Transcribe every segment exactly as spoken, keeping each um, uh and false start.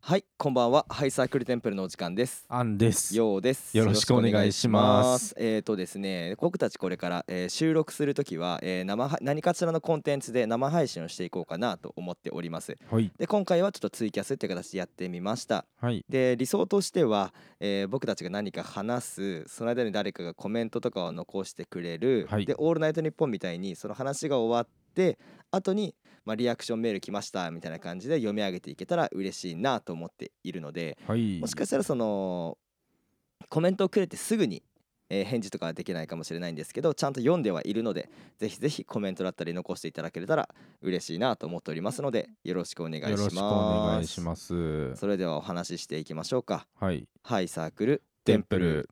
はい、こんばんは。ハイサークルテンプルのお時間です。 アンです。 ようです。 よろしくお願いします。 えーとですね、僕たちこれから、えー収録するときは、えー生は何かしらのコンテンツで生配信をしていこうかなと思っております。 はい。 で、今回はちょっとツイキャスっていう形でやってみました。 はい。 で、理想としては、えー僕たちが何か話す、その間に誰かがコメントとかを残してくれる。 はい。 で、オールナイトニッポンみたいにその話が終わって後にまあ、リアクションメール来ましたみたいな感じで読み上げていけたら嬉しいなと思っているので、 はい。 もしかしたらそのコメントをくれてすぐに、えー返事とかはできないかもしれないんですけど、ちゃんと読んではいるので、ぜひぜひコメントだったり残していただけたら嬉しいなと思っておりますので、よろしくお願いしよろしくお願いします。 ます。 それではお話ししていきましょうか。 はい。 はい、サークルテテンプンプル。 ル。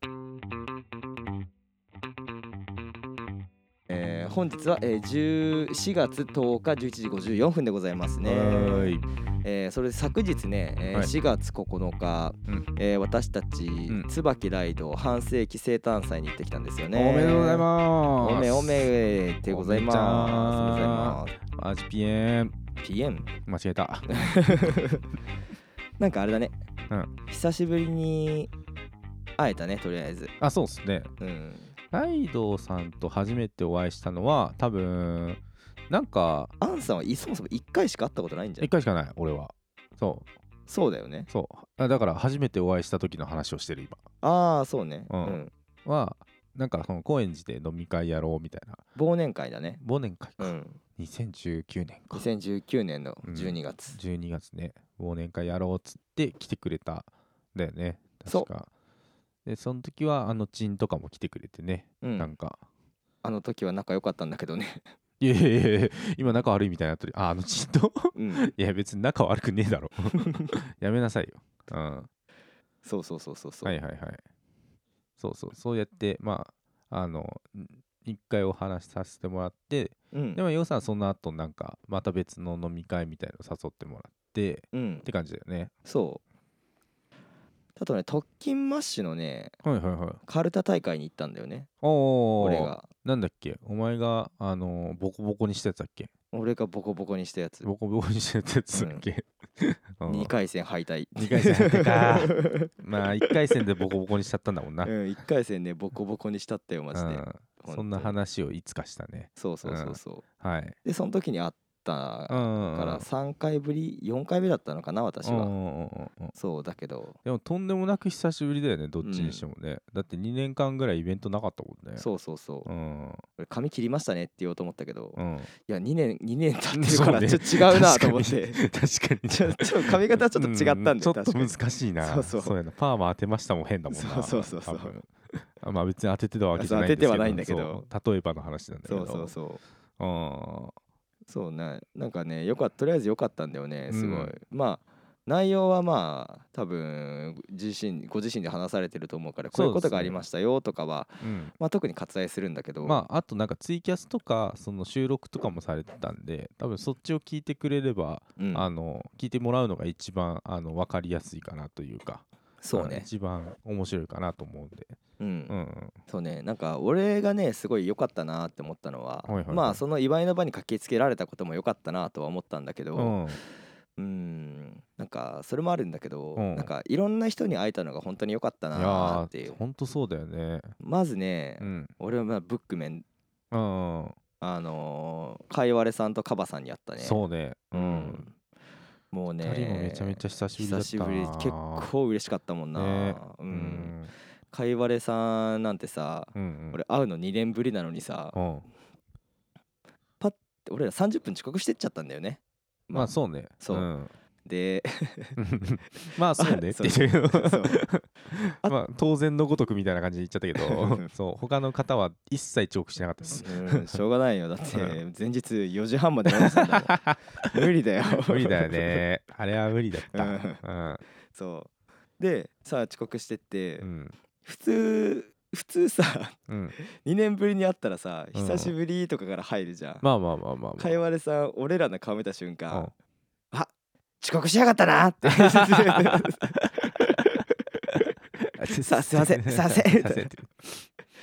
えー本日は、えー、しがつとおかじゅういちじごじゅうよんぷんでございますね。 はーい。 えーそれで昨日ね、えーはいしがつここのか、 うん。 えー私たち、 ん椿ライド半世紀生誕祭に行ってきたんですよね。 おめでとうございます。 おめおめでございます。おめでとうございます。 マジピエン。 ピエン間違えた。 なんかあれだね、 うん。 久しぶりに会えたね、とりあえず。 あ、そうっすね。 うんライドさんと初めてお会いしたのは多分なんかアンさんはいそもそもいっかいしか会ったことないんじゃん。 いっかいしかない俺は。そうそうだよね。 そうあだから初めてお会いした時の話をしてる今。 ああそうね、 ううんんはなんかその高円寺で飲み会やろうみたいな忘年会だね。 忘年会か、 うんにせんじゅうきゅうねんかにせんじゅうきゅうねんのじゅうにがつ、 じゅうにがつね忘年会やろうっつって来てくれたんだよねそう確か。でその時はあのチンとかも来てくれてね、 うんなんかあの時は仲良かったんだけどね。 いやいやいやいや今仲悪いみたいになってる。ああのチンとうんいや別に仲悪くねえだろやめなさいよ。うんそうそうそうそうそう、 はいはいはいそうそうそうやってまああのん一回お話しさせてもらって、 うんでもヨウさんその後なんかまた別の飲み会みたいの誘ってもらってうんって感じだよね。 そうあとね特勤マッシュのねはいはいはい。 カルタ大会に行ったんだよね。 おお俺がなんだっけお前があのボコボコにしたやつだっけ。 俺がボコボコにしたやつ。 ボコボコにしたやつだっけ、うん、 にかい戦敗退。 にかい戦敗退かまあいっかい戦でボコボコにしちゃったんだもんな、 うん、いっかい戦ねボコボコにしたったよマジで。 うんそんな話をいつかしたね。 そうそうそうそう、 はいでその時に会ったからさんかいぶりよんかいめだったのかな私は。 うんうんうんうんそうだけどでもとんでもなく久しぶりだよねどっちにしてもね、だってにねんかんぐらいイベントなかったもんね。 そうそうそううん俺髪切りましたねって言おうと思ったけど、いうんやにねんにねん経ってるからそうねちょっと違うなと思って確かにちょちょ髪型ちょっと違ったんで、 うちょっと確かに難しいな。 そうそうやなパーマ当てましたもん変だもんな。 そうそうそうそう多分あまあ別に当ててたわけじゃないんですけど当ててはないんだけどそう例えばの話なんだけどそうそうそううんそうね、なんかねよかったとりあえず良かったんだよねすごい、 うんまあ内容はまあ多分自身ご自身で話されてると思うからこういうことがありましたよとかは、 うんまあ、特に割愛するんだけど、 まああとなんかツイキャスとかその収録とかもされてたんで多分そっちを聞いてくれれば、 うんあの聞いてもらうのが一番あの分かりやすいかなというかそうね一番面白いかなと思うんで、 うん、 うんそうねなんか俺がねすごい良かったなって思ったのは、 はいはいはいまあその祝いの場に駆けつけられたことも良かったなとは思ったんだけど、 うんうんなんかそれもあるんだけど、 うんなんかいろんな人に会えたのが本当に良かったいやなっていう。 ーほんとそうだよね。 まずね、 うん俺はまあブックメンうんうんあのー、かいわれさんとカバさんに会ったね。 そうねううんんもうねふたりもめちゃめちゃ久しぶりだったな。 久しぶり結構嬉しかったもんな、 ねううんんかいわれさんなんてさ、 うんうん俺会うのにねんぶりなのにさ、 うんパッて俺らさんじゅっぷん遅刻してっちゃったんだよね。 まあそうねそうんでまあそうねっていうそうあまあ当然のごとくみたいな感じで言っちゃったけどそう他の方は一切遅刻しなかったですうんしょうがないよだって前日よじはんまで飲んでたんだもん無理だよ無理だよねあれは無理だったうんうんそうでさあ遅刻してって、 うん普通普通さうんにねんぶりに会ったらさうん久しぶりとかから入るじゃん。 まあまあまあまあまかいわれさん俺らの顔見た瞬あ間、あ遅刻しやがったなってさあすいませんすいませんさせて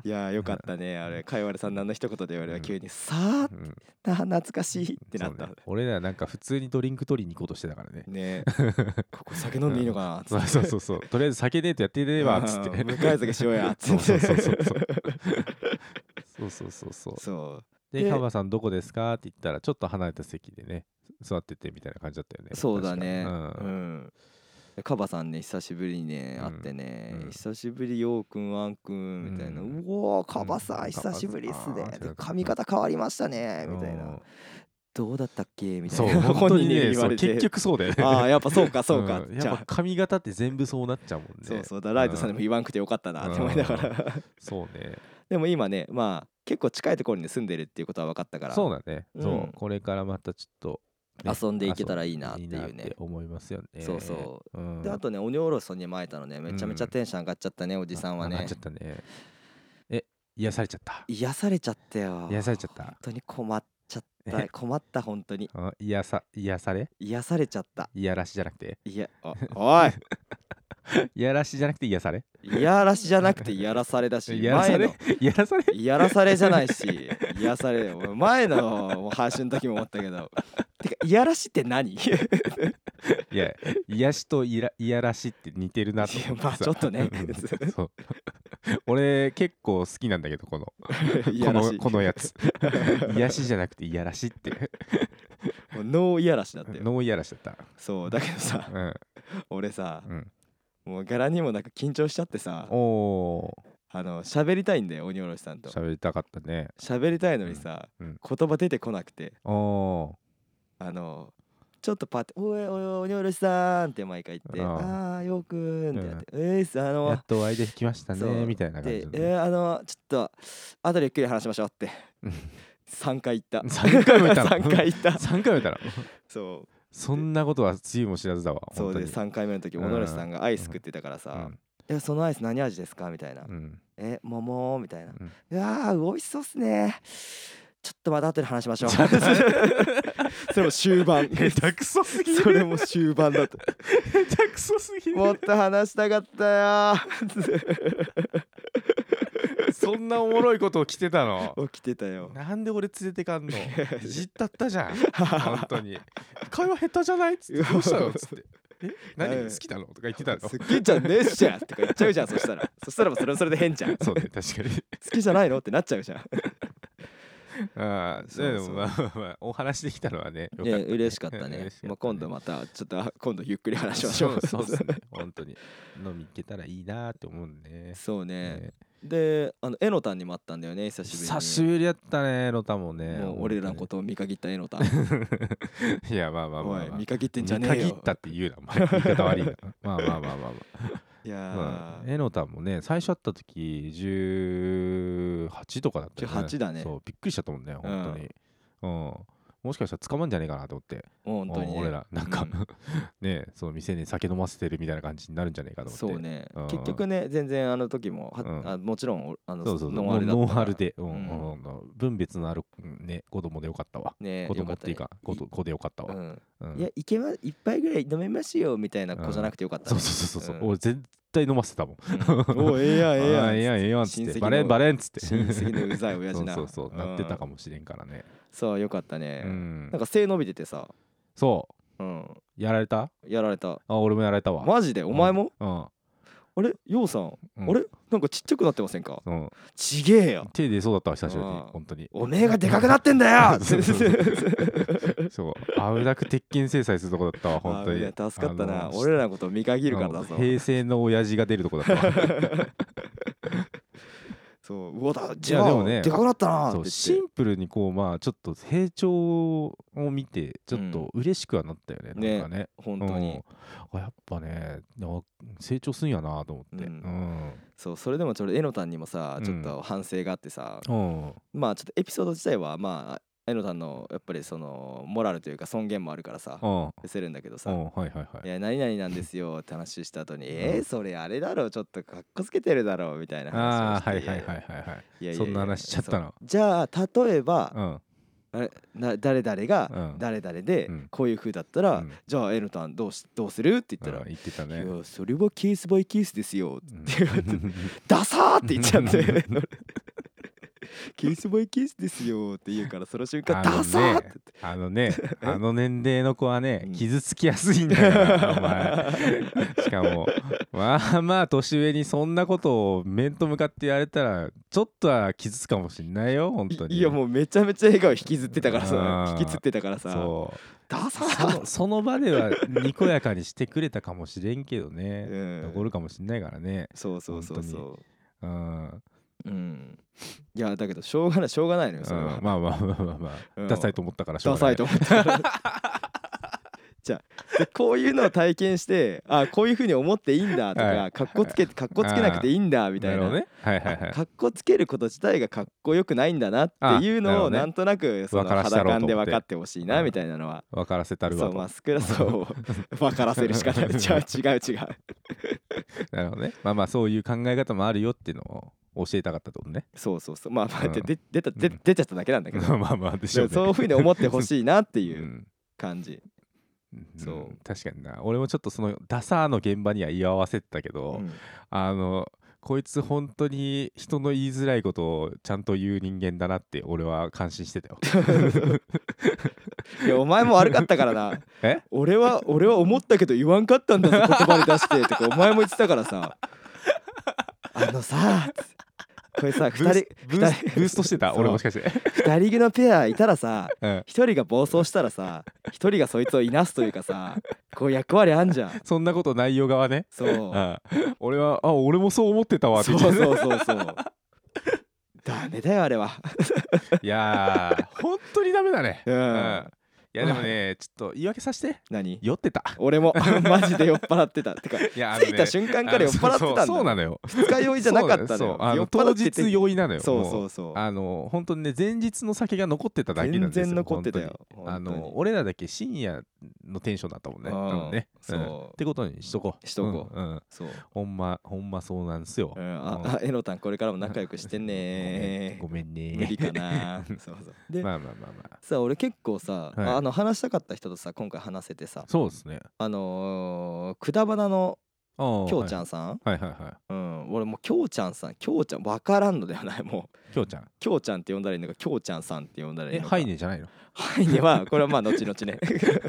いやーよかったねあれかいわれさん何の一言で言われたら急にさあうんな懐かしいってなったそうね俺らなんか普通にドリンク取りに行こうとしてたからねねここ酒飲んでいいのかなっつそうってそうそうそうとりあえず酒ねえとやってねえわっつってうん向かい酒しようやっつそうってそうそうそうそうそうそうそうそうで、 でカバさんどこですかって言ったら、ちょっと離れた席でね、座っててみたいな感じだったよね。 そうだね確うかうんんでカバさんね久しぶりにねうん会ってねうん久しぶりようくんワンくんみたいなうんうおーカバさうんん久しぶりっすねカバさんで髪型変わりましたねみたいなうんどうだったっけみたそう、 いな本当にね、 言われてそう結局そうだよね。 ああやっぱそうかそうかんじゃあやっぱ髪型って全部そうなっちゃうもんね。 そうそうだライトさんでも言わんくてよかったなって思いながらそうね。 でも今ねまあ結構近いところに住んでるっていうことは分かったからそうだね。 うんそう、これからまたちょっとね、 遊んでいけたらいいなっていうね遊んでいいなって思いますよね。 そうそううん。 であとね鬼おろしさんにも会えたのねめちゃめちゃテンション上がっちゃったねおじさんはね上がっちゃったね。え、癒されちゃった。 癒されちゃったよ癒されちゃった本当に困っちゃったえ困った本当にあ癒さ、癒され癒されちゃった癒らしじゃなくていやおおい癒らしじゃなくて癒され癒らしじゃなくてやらされだし癒らされ前の癒らされやらされじゃないし癒されよ前の配信の時も思ったけどてかいやらしって何いいや癒しといら癒らしって似てるなと思ってやまあちょっとねうんそう俺結構好きなんだけどこのこのいやらしこのやつ癒しじゃなくて癒らしってもうノーいやらしだったよノー癒らしだっそうだけどさたうん俺さうんもう柄にもなんか緊張しちゃってさおおあの喋りたいんだよ鬼おろしさんと喋りたかったね喋りたいのにさ、 うんうん言葉出てこなくておおあのちょっとパッて「おいおいおい鬼おろしさん」って毎回言って「 あああーよーくん」ってやって「えーすあやのっとお会いできましたそうねみたいな感でじのえーあのちょっと後でゆっくり話しましょう」ってうんさんかい言ったさんかいも言ったのさんかい言ったさんかいも言ったのそうそんなことはつゆも知らずだわそうで本当にさんかいめの時うん鬼おろしさんがアイス食ってたからさ「えそのアイス何味ですか?」みたいなうん 「え桃?」みたいなうん 「いやー美味しそうっすねちょっとまた後で話しましょう」それも終盤下手くそすぎるそれも終盤だった下手くそすぎるもっと話したかったよそんなおもろいことを着てたの起きてたよなんで俺連れてかんのいじったったじゃん本当に会話下手じゃないっつってどうしたのっつってえ何うん好きなのとか言ってたの好きじゃねえっしゃとか言っちゃうじゃんそしたらそしたらもうそれはそれで変じゃん好そうね確かにきじゃないのってなっちゃうじゃんああそうそうでもまあまあまあお話できたのはねよかったいや嬉しかったね嬉しかったねまあ今度またちょっとあ今度ゆっくり話しましょうそうそうですね本当に飲み行けたらいいなって思うんでねそうねねであのえのたんにもあったんだよね久しぶりに久しぶりやったねロタもねもう俺らのことを見限ったえのたんいやまあまあまあ、まあ、 おい見限ってんじゃねえよ見限ったって言うなお前言い方悪いなまあまあまあまあまあいやまあ、 ーえのたんもね最初会った時じゅうはちとかだったよねじゅうはちだねそうびっくりしちゃったもんね本当にうんもしかしたら捕まんじゃねえかなと思って本当にね俺らなんか、 うんねその店に酒飲ませてるみたいな感じになるんじゃねえかと思ってそうねうん結局ね全然あの時もはうんあもちろんあのそうそうそうノンアルだったからノンアルで、うんうんうん分別のある、うんね、子供でよかったわね子供っていうか子よかったね子でよかったわ、 うんうんいやいけま一杯ぐらい飲めますよみたいな子じゃなくてよかったねそうそうそうそう、 うん俺絶対飲ませてたもんうんおいええやんええやんあーええやんええやんっつっ親戚のてバレンバレンっつって親戚のうざい親父なそうそうそう、なってたかもしれんからねそうよかったねうんなんか背伸びててさそうんうやられたやられたあ俺もやられたわマジでお前もうんあれようさんうんあれなんかちっちゃくなってませんかうんちげえよ手出そうだったわ久しぶりにあー本当におめえがでかくなってんだよそうそうそうそう危なく鉄拳制裁するとこだったわ本当にあいや助かったなあの俺らのことを見限るからだぞ平成の親父が出るとこだったわそううわだいじゃあやでもねでかくなったなーってそう言ってシンプルにこうまあちょっと成長を見てちょっと嬉しくはなったよね、 ねなんかね本当にうんあやっぱねあ成長すんやなと思ってううんんそうそれでもちょっとえのたんにもさうんちょっと反省があってさうんまあちょっとエピソード自体はまあえのたんのやっぱりそのモラルというか尊厳もあるからさうん消せるんだけどさうんはいはいはいいや何々なんですよって話した後にえーそれあれだろうちょっとかっこつけてるだろうみたいな話ああをしてはいはいはいはいはいいやいやいやそんな話しちゃったのそうじゃあ例えばうんあれな誰々がうん誰々でうんこういう風だったら、 うんじゃあエノタンどうしどうするって言ったら、 うん言ってたいねやそれはケースバイケースですようんって言われてダサーって言っちゃってケースバイケースですよって言うから、その瞬間あのねダサーってあのねあの年齢の子はね、 うん傷つきやすいんだからお前。しかもまあまあ年上にそんなことを面と向かって言われたらちょっとは傷つくかもしんないよ本当に。 いやもうめちゃめちゃ笑顔引きずってたからさ、 うん引きつってたからさ、 そうダサそーのその場ではにこやかにしてくれたかもしれんけどね、 うん残るかもしんないからね。 そうそうそうそう、うんううんいやだけどしょうがないしょうがないのよそれは、 うんまあまあまあまあまあ、 うんダサいと思ったからしょうダサがないいと思ったからじゃあでこういうのを体験してあこういうふうに思っていいんだとか、 はいかっこつけかっこつけなくていいんだみたいななるほどね。はいはいはい。 かっこつけること自体がかっこよくないんだなっていうのをあなるほどねなんとなくその分からせた肌感でろうと思って分かってほしいなみたいなのは分からせたるわと。 そうまあスクラスを分からせるしかないじゃあ違う違うなるほどね。まあまあそういう考え方もあるよっていうのを教えたかったってことね。 そうそうそうまあまあうんでで出た出出ちゃっただけなんだけどまあまあでしょうね。 でもそういうふうに思ってほしいなってういうん感じそううん確かにな。俺もちょっとそのダサーの現場には居合わせてたけど、 うんあのこいつ本当に人の言いづらいことをちゃんと言う人間だなって俺は感心してたよ。 いやお前も悪かったからなえ俺は俺は思ったけど言わんかったんだぞ言葉に出してとかお前も言ってたからさあのさこれさブースふたりブースブーストしてたそう俺もしかして。 ふたり組のペアいたらさうんひとりが暴走したらさひとりがそいつをいなすというかさこう役割あんじゃんそんなこと内容側ね。 そううん俺はあ俺もそう思ってたわってそう言ってそうそうそうダメだよあれはいやー本当にダメだね。 うんうんいやでもねちょっと言い訳させて何酔ってた。 俺もマジで酔っ払ってたてかいやあのね着いた瞬間から酔っ払ってたんだあのそうそうそうなのよ。 二日酔いじゃなかったのそうよあの当酔っ払ってて日酔いなのよ。 そうもそうそうあの本当にね前日の酒が残ってただけなんですよ。 全然残ってたよ本当にあ本当にの俺らだけ深夜のテンションだったもんね。 うん多分ね。 そううんってことにしとこう。 しとこうんうんそうほんまほんまそうなんですよ。 うんうんああえのたんこれからも仲良くしてんねごめんね。 無理かなそうそうでまあまあまあまあ。 さ俺結構さ、 はいあの話したかった人とさ今回話せてさそうですね。 あのー、くだばなのあーきょうちゃんさん、 はいはいはいはい。 うん俺もうきょうちゃんさんきょうちゃんわからんのではないもうきょうちゃん。 きょうちゃんって呼んだらいいのかきょうちゃんさんって呼んだらいいのかえハイネじゃないの？ ハイネはこれはまあ後々ね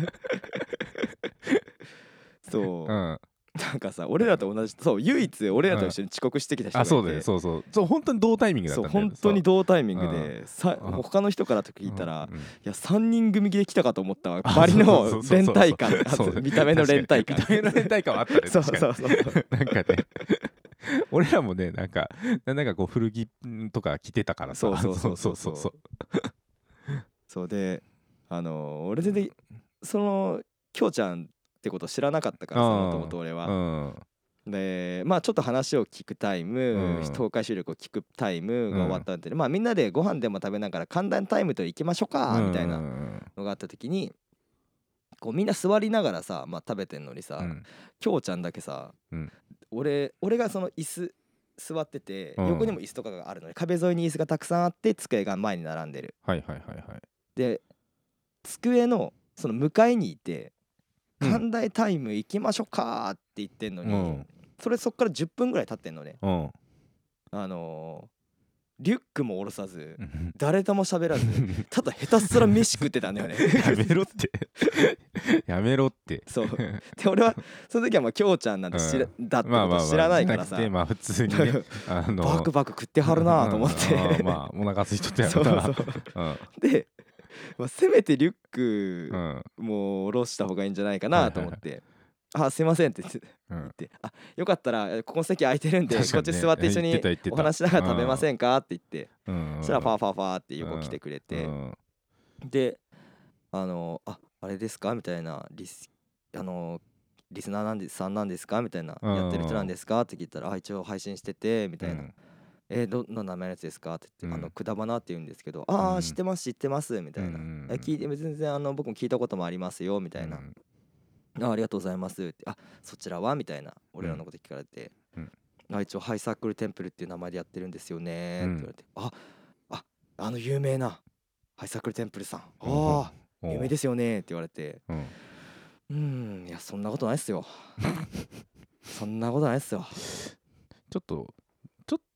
そう、 うん。 なんかさ俺らと同じそう唯一俺らと一緒に遅刻してきた人がいて、 あそうだよそうそうそう本当に同タイミングだったそうんだよ本当に同タイミングでさうん他の人からと聞いたら、 うんうんいやさんにん組で来たかと思ったわあバリそうのそうそうそう連帯感あそうと見た目の連帯感確かに見た目の連帯感はあったねそう確かにそうそうなんかね俺らもねなんかなんかこう古着とか着てたからさそうそうそうそうそうそうそうであのー俺全然そのきょうちゃんってこと知らなかったからさもともと俺は、 うんでまあちょっと話を聞くタイム、 うん東海収録を聞くタイムが終わったんで、まあみんなでご飯でも食べながら寒暖タイムと行きましょうかみたいなのがあった時にこうみんな座りながらさ、まあ、食べてんのにさ、 うんきょうちゃんだけさ、 うん俺俺がその椅子座ってて、 うん横にも椅子とかがあるので壁沿いに椅子がたくさんあって机が前に並んでる。 はいはいはいはいで机のその向かいにいて「 うん寒暖タイム行きましょうか」って言ってんのに、 うんそれそっからじゅっぷんぐらい経ってんのね。 うんあのー、リュックも下ろさずうん誰とも喋らずただ下手すら飯食ってたんだよねやめろってやめろってそうで俺はその時はまあきょうちゃんなんて知ら、だってこと知らないからさ、 じゃなくてまあ普通にねあのバクバク食ってはるなと思ってうんあーまあお腹空いとったやそうろなそううんで、まあ、せめてリュックうんも下ろした方がいいんじゃないかなと思って「あすいません」って言ってうん言って「あよかったらここ席空いてるんで、こっ確かにねち座って一緒言ってた言ってたにお話しながら食べませんか?」って言ってうんそしたらファーファーファーって横来てくれて、 うんであのああれですかみたいなリスあのリスナーなんでさんなんですかみたいな、 うんやってる人なんですかって聞いたら、あ一応配信しててみたいな、 うんえどの名前のやつですかって言って、 うんあのくだばなって言うんですけど、あうんあ知ってます知ってますみたいな、 うんえ聞いて全然あの僕も聞いたこともありますよみたいな、 うんあありがとうございますって、あそちらはみたいな俺らのこと聞かれて、 うんあ一応ハイサークルテンプルっていう名前でやってるんですよねってうん言われて、あああの有名なハイサークルテンプルさん、 うんああ有名ですよねって言われて、 うんうーんいやそんなことないっすよそんなことないっすよちょっとちょっと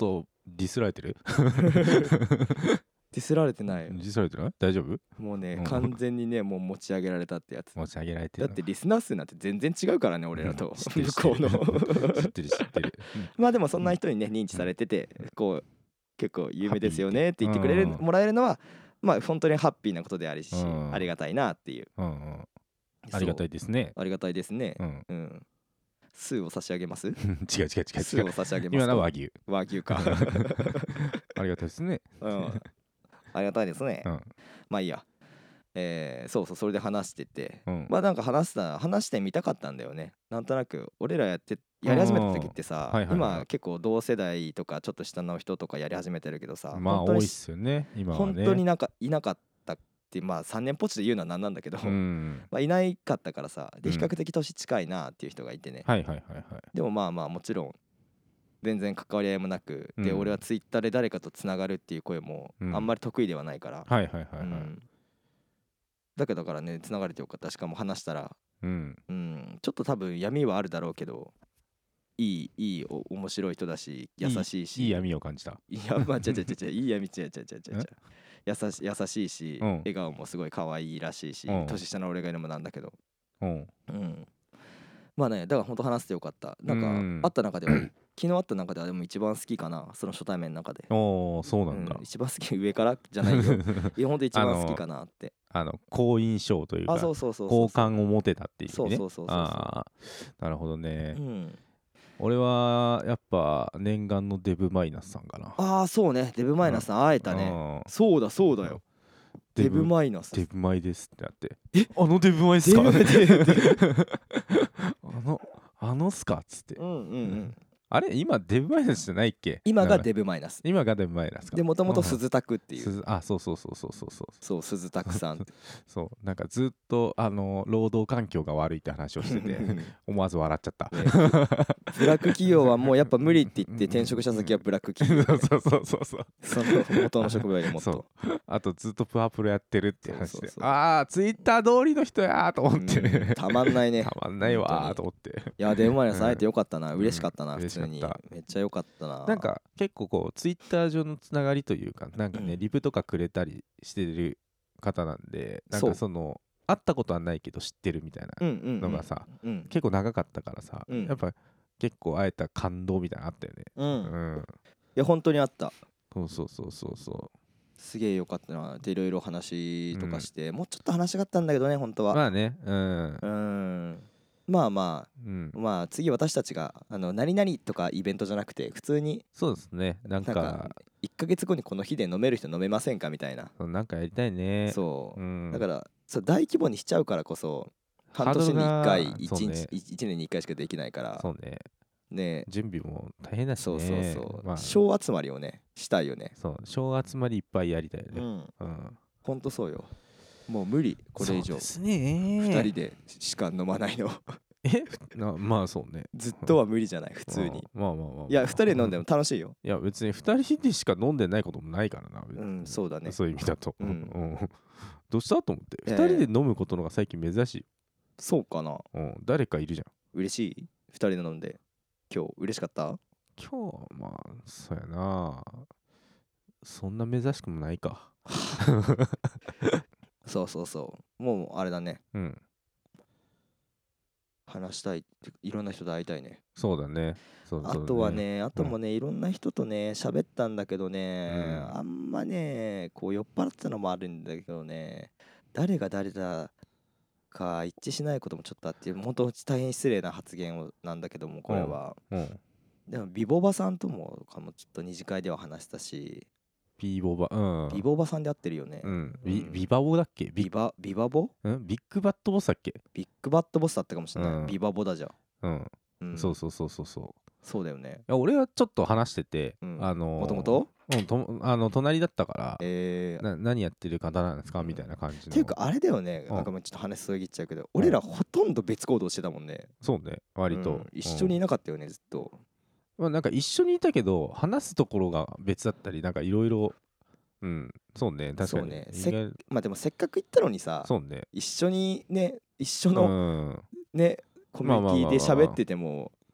ディスられてるディスられてないよ。 ディスられてない大丈夫？ もうね、 うん完全にねもう持ち上げられたってやつ。 持ち上げられてるのだってリスナー数なんて全然違うからね俺らと、 うん知ってる向こうの知ってる知ってる、 まあでもそんな人にね認知されてて、こう結構有名ですよねって言ってくれる、 うんもらえるのはまあ本当にハッピーなことであるし、 うんありがたいなっていう。 うんうんありがたいですね。 ありがたいですね。 うんうん。数を差し上げます？ 違う違う違う数違うを差し上げます。 今のは和牛。 和牛か。 ありがたいですね。 うん。ありがたいですね。 うんまあいいや。えー、そうそうそれで話してて、 うんまあなんか話した話してみたかったんだよね。なんとなく俺らやってやり始めた時ってさ、 うんはいはいはい今結構同世代とかちょっと下の人とかやり始めてるけどさ、 まあ本当に多いっすよね今はね。 本当になんかいなかったってまあさんねんポチで言うのはなんなんだけど、 うんまあいないかったからさ、でうん比較的年近いなっていう人がいてね、 はいはいはいはい。 でもまあまあもちろん全然関わり合いもなく、でうん俺はツイッターで誰かとつながるっていう声もうんあんまり得意ではないから、 はいはいはいはい。 うんだけどだからねつながれてよかった。しかも話したら、 うんうん、ちょっと多分闇はあるだろうけど、いいいいお面白い人だし優しいし、 いい闇を感じた。 いやまあちゃちゃちゃちゃいい闇ちゃちゃちゃちゃちゃ優し優しいし、 うん笑顔もすごい可愛いらしいし、 うん年下の俺が言うのもなんだけど、 うんうん、まあねだから本当話してよかった。なんか、 うん会った中では昨日会った中ではでも一番好きかな、その初対面の中で。 おおそうなんだうん、。一番好き上からじゃないよいや本当一番好きかなって。 あの好印象というかあそうそうそうそう好感を持てたっていう意味ね。 そうそうそうそうそうああなるほどねう。ん、 俺はやっぱ念願のデブマイナスさんかな。 ああそうねデブマイナスさん会えたね。 うんそうだそうだよ。デブマイナスデブマイですってなって。 えあのデブマイっすか？ デブデブあのあのっすかっつって。 うんうんうんあれ今デブマイナスじゃないっけ？ 今がブデブマイナス今がデブマイナスか。 でもともとうん鈴田くっていう、 鈴あそうそうそうそうそうそうそう鈴田くさんってそうなんかずっとあの労働環境が悪いって話をしてて思わず笑っちゃった。 ねブラック企業はもうやっぱ無理って言って転職した先はブラック企業、 そうそうそうそうその元の職場よりもっそとうあとずっとプアプロやってるって話でそうそうそうああツイッター通りの人やーと思って、 うんたまんないねたまんないわ本当にーと思っていやデブマイナスうん会えてよかったな、 ん嬉しかったな、 うん普通に嬉しかっためっちゃよかったな。 なんか結構こうツイッター上のつながりというかなんかね、 うんリプとかくれたりしてる方なんでなんそうかその会ったことはないけど知ってるみたいなうんうんうんのがさ、 うん結構長かったからさ、 うんやっぱ結構会えた感動みたいなのあったよね。 うん、 ういん、 や本当にあった。 そうそうそうそうそすげえよかったな。でいろいろ話とかして、もうちょっと話したかったんだけどね本当う。 は。 まあね、うんう、んまあまうんあ、まあ次私たちがあの何々とかイベントじゃなくて普通にそうですね。なんかなんかいっかげつごにこの日で飲める人飲めませんかみたいな、 そうなんかやりたいね。 そう、 ん、 だからそう大規模にしちゃうからこそ半年に1回1 そうね日いちねんにいっかいしかできないからそうね。 ね。 準備も大変だしね。 そうそうそう、 まあ、 小集まりをねしたいよね。 そう小集まりいっぱいやりたいよね。 うんうん、 ほんとそうよ。もう無理これ以上そうですね。 ふたりでしか飲まないのえなまあそうね。 ずっとは無理じゃない普通に。 まあまあまあ、まあ、 いやふたりで飲んでも楽しいよ。 いや別にふたりでしか飲んでないこともないからな。 うんそうだね。 そういう意味だと。 うんうんどうしたと思って。 いやいやふたりで飲むことのが最近珍しいよ。 そうかな。 うん、誰かいるじゃん。 嬉しいふたりで飲んで今日嬉しかった。 今日はまあそうやな。そんな珍しくもないか。 そうそうそうもうあれだね、 うん。 話したいっていろんな人と会いたいね。 そうだね。そうあそうだとはねあともね、いろんな人とね喋ったんだけどね、 うんあんまねこう酔っ払ってたのもあるんだけどね誰が誰だか一致しないこともちょっとあって本当大変失礼な発言をなんだけどもこれは、 うん。 でもビボバさんともかもちょっと二次会では話したし、 ビボバ、うん。 ビボバさんで会ってるよね、 うん。ビうんビバボだっけビビバビバボんビッグバットボスだっけ？ ビッグバットボスだったかもしれない、 うんビバボだじゃん、 うん。 うん、 そうそうそうそうそう。 そうだよね。 いや俺はちょっと話してて、 うんあのーもともとうんとあの隣だったから、 えー、 な何やってる方なんですか、 うんみたいな感じの。 っていうかあれだよね、 うんなんかもうちょっと話すぎっちゃうけど、俺らほとんど別行動してたもんね。 そうね割と、 うん一緒にいなかったよねずっと。 まあ、なんか一緒にいたけど話すところが別だったりなんかいろいろうんそうね確かにそうねせ意外まあでもせっかく行ったのにさ、 そうね一緒にね一緒うのんねコミュニティで喋ってても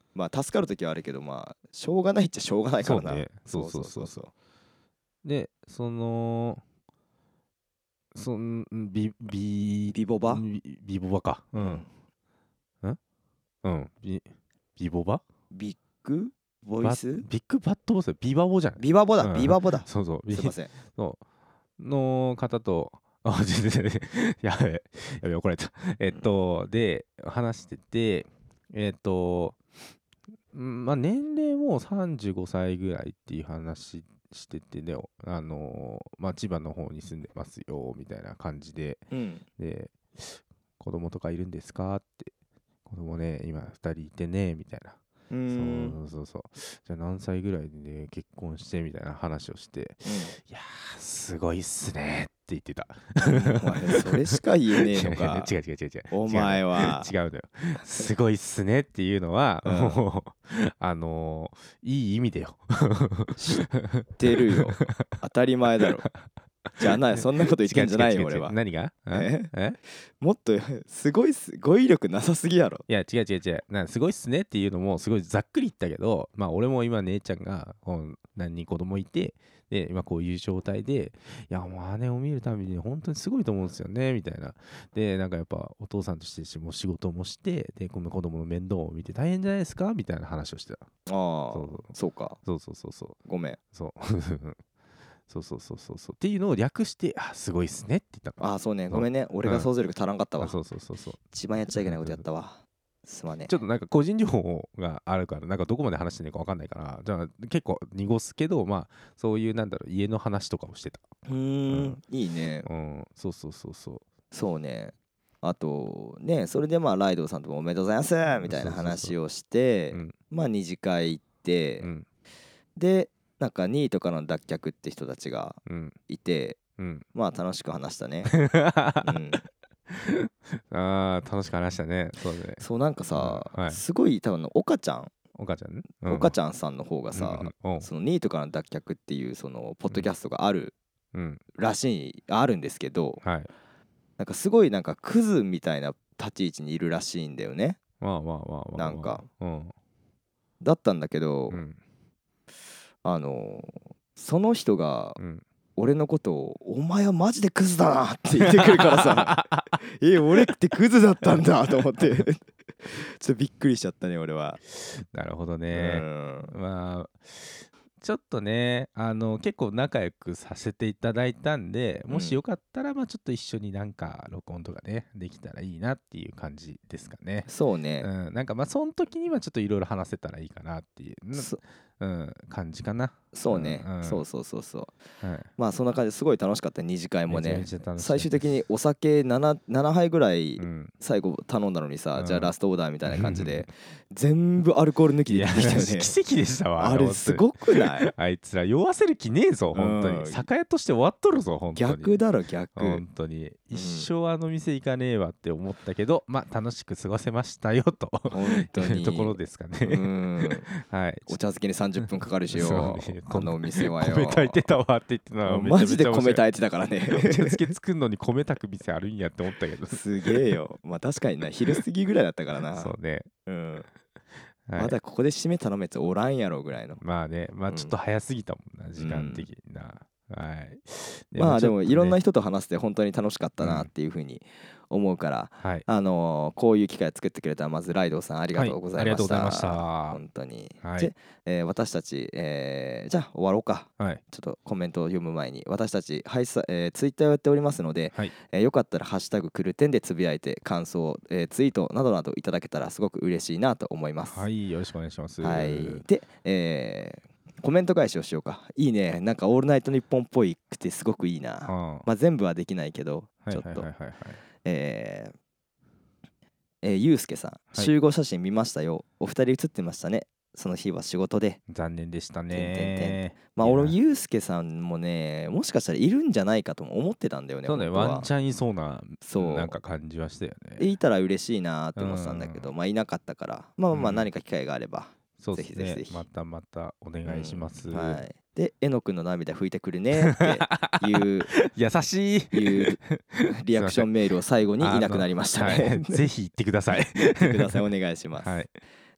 まあ助かる時はあるけど、まあしょうがないっちゃしょうがないからな。 そうねそうそうそうそうでそのそんビビビボバビビボバかうんんうんビビボバビッグボイスビッグバットボスビバボじゃんビバボだ、 うんビバボだ。 そうそうすいません。 そうの方とあ全然やべえやべえ怒られたえっとで話しててえっとんまあ年齢もさんじゅうごさいぐらいっていう話しててねあのまあ千葉の方に住んでますよみたいな感じで、 うん、 で子供とかいるんですかって子供ね今ふたりいてねみたいなうーんそうそうそうじゃあ何歳ぐらいで、ね、結婚してみたいな話をして、 うん、 いやーすごいっすねって言ってたお前それしか言えねえのか。 違う違う違う違うお前は違うのよすごいっすねっていうのは、 うん、 もうあのー、いい意味でよ知ってるよ。当たり前だろ。じゃあな、そんなこと言ってんじゃないよ俺は。 何がええもっとすごいっす、語彙力なさすぎやろ。 いや違う違う違うなすごいっすねっていうのもすごいざっくり言ったけど、まあ俺も今姉ちゃんが何人子供いてで今こういう状態でいやもう姉を見るたびに本当にすごいと思うんですよねみたいなでなんかやっぱお父さんとしても仕事もしてでこの子供の面倒を見て大変じゃないですかみたいな話をしてた。 ああ、 そうそうか。 そうそうそうそうごめん。 そうそうそうそうそうそうっていうのを略してあすごいっすねって言ったの。 ああ、そうね。ごめんね。俺が想像力足らんかったわ。 そうそうそうそう一番やっちゃいけないことやったわ。すまねえ。 ちょっとなんか個人情報があるからなんかどこまで話していいか分かんないからじゃあ結構濁すけどまあそういうなんだろう家の話とかをしてた。 うーん、いいね。 うんそうそうそうそうそうね。あとね、それでまあライドさんともおめでとうございますみたいな話をしてうんまあ二次会行ってうんでなんかニートからの脱却って人たちがうんいてうんまあ楽しく話したね。うんあー楽しく話したねそうだね。 そうなんかさうんはいすごい多分岡ちゃんお母ちゃんね岡ちゃゃんさんの方がさんうんそのニートからの脱却っていうそのポッドキャストがあるうんらしいあるんですけどはいなんかすごいなんかクズみたいな立ち位置にいるらしいんだよね。 まあまあまあまあなんかうんだったんだけどうんあのその人がうん俺のことを「お前はマジでクズだな」って言ってくるからさ「え俺ってクズだったんだ」と思ってちょっとびっくりしちゃったね俺は。 なるほどうねんまあちょっとねあの結構仲良くさせていただいたんでもしよかったらまあちょっと一緒になんか録音とかねできたらいいなっていう感じですかね。 そうね、 うん、なんかまあその時にはちょっといろいろ話せたらいいかなっていう、 そうん、感じかな。 そうね、 うんうんそうそうそうそうはい、 まあそんな感じですごい楽しかった二次会もねめちゃめちゃ楽しかったです最終的にお酒 7, 7杯ぐらいうん、 最後頼んだのにさ、 うんじゃあラストオーダーみたいな感じで全部アルコール抜きいやで出てきたよね奇跡でしたわあれすごくないあいつら酔わせる気ねえぞ本当うんに酒屋として終わっとるぞ本当に逆だろ逆本当に一生あの店行かねえわって思ったけど、まあ楽しく過ごせましたよと本当にいうところですかうね。 んはい。 お茶漬けにさんじゅっぷんかかるしそうよねあのお店はよ米炊いてたわって言ってたのはめちゃマめちゃ面白いジで米炊いてたからねお茶漬け作るのに米炊く店あるんやって思ったけどすげえよまあ確かにな昼過ぎぐらいだったからなそうね、 うんはいまだここで締め頼むやつおらんやろぐらいのまあねまあうんちょっと早すぎたもんな、時間的にな、はいまあでもいろんな人人と話して本当に楽しかったなっていうふうに思うからはいあのーこういう機会を作ってくれたまずライドウさんありがとうございました、 はいありがとうございました本当に、 はいで、えー私たち、えーじゃあ終わろうかはいちょっとコメントを読む前に私たち配信、えー、ツイッターをやっておりますので、 はいえーよかったら「ハッシュタグくるてん」でつぶやいて感想、えーツイートなどなどいただけたらすごく嬉しいなと思います。 はいよろしくお願いしますはい、で、えーコメント返しをしようか。いいね。なんか「オールナイトニッポン」っぽいくてすごくいいな。 はまあ全部はできないけどあちょっとはいはいはいはいえーえーゆうすけさん、 い集合写真見ましたよ。お二人写ってましたね。その日は仕事で。 残念でしたてんてんてねまあいや俺ゆうすけさんもねもしかしたらいるんじゃないかとも思ってたんだよね。 そうね本当はワンチャンいそうなそうなんか感じはしたよでねいたら嬉しいなって思ってたんだけど、 うまあいなかったからまあまあうん何か機会があれば、 そうですねぜひぜひぜひまたまたお願いします、 うんはい、でえのくんの涙拭いてくるねっていう優しいいうリアクションメールを最後にいなくなりましたあのはいね。 ぜひ言ってください言ってくださいお願いします。 はい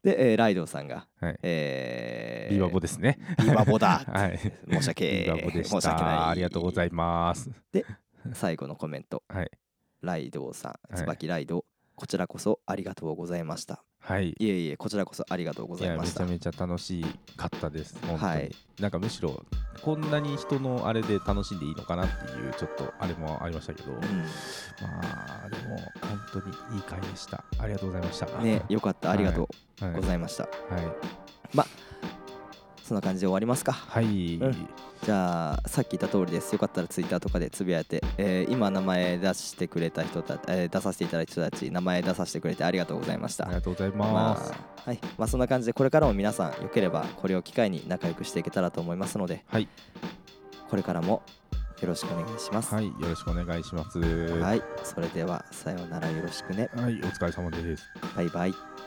で、えーライドウさんが、 はいえービバボですね。 ビバボだはい。 申し訳ビバボでし申し訳ないた。ありがとうございます。 最後のコメント、 はい。 ライドウさん、 はい椿ライドウ、こちらこそありがとうございました。 はい。 いえいえ、こちらこそありがとうごいや、 ざいました。 めちゃめちゃ楽しかったです。本当に。 はいなんかむしろ、こんなに人のあれで楽しんでいいのかなっていう、ちょっとあれもありましたけど、 うまあ、でも、本当にいい回でした。ありがとうございました。 ん、ね、よかった、ありがとうはいございました。 はい。 そんな感じで終わりますか。 はい。 うんじゃあさっき言った通りです。よかったらツイッターとかでつぶやいて、えー今名前出してくれた人たち、えー出させていただいた人たち、名前出させてくれてありがとうございました。 ありがとうございまます。 あはい、まあそんな感じでこれからも皆さんよければこれを機会に仲良くしていけたらと思いますので、 はい。 これからもよろしくお願いします。 はい。よろしくお願いします。 はい、それではさようなら、よろしくね。 はい。お疲れ様です。 バイバイ。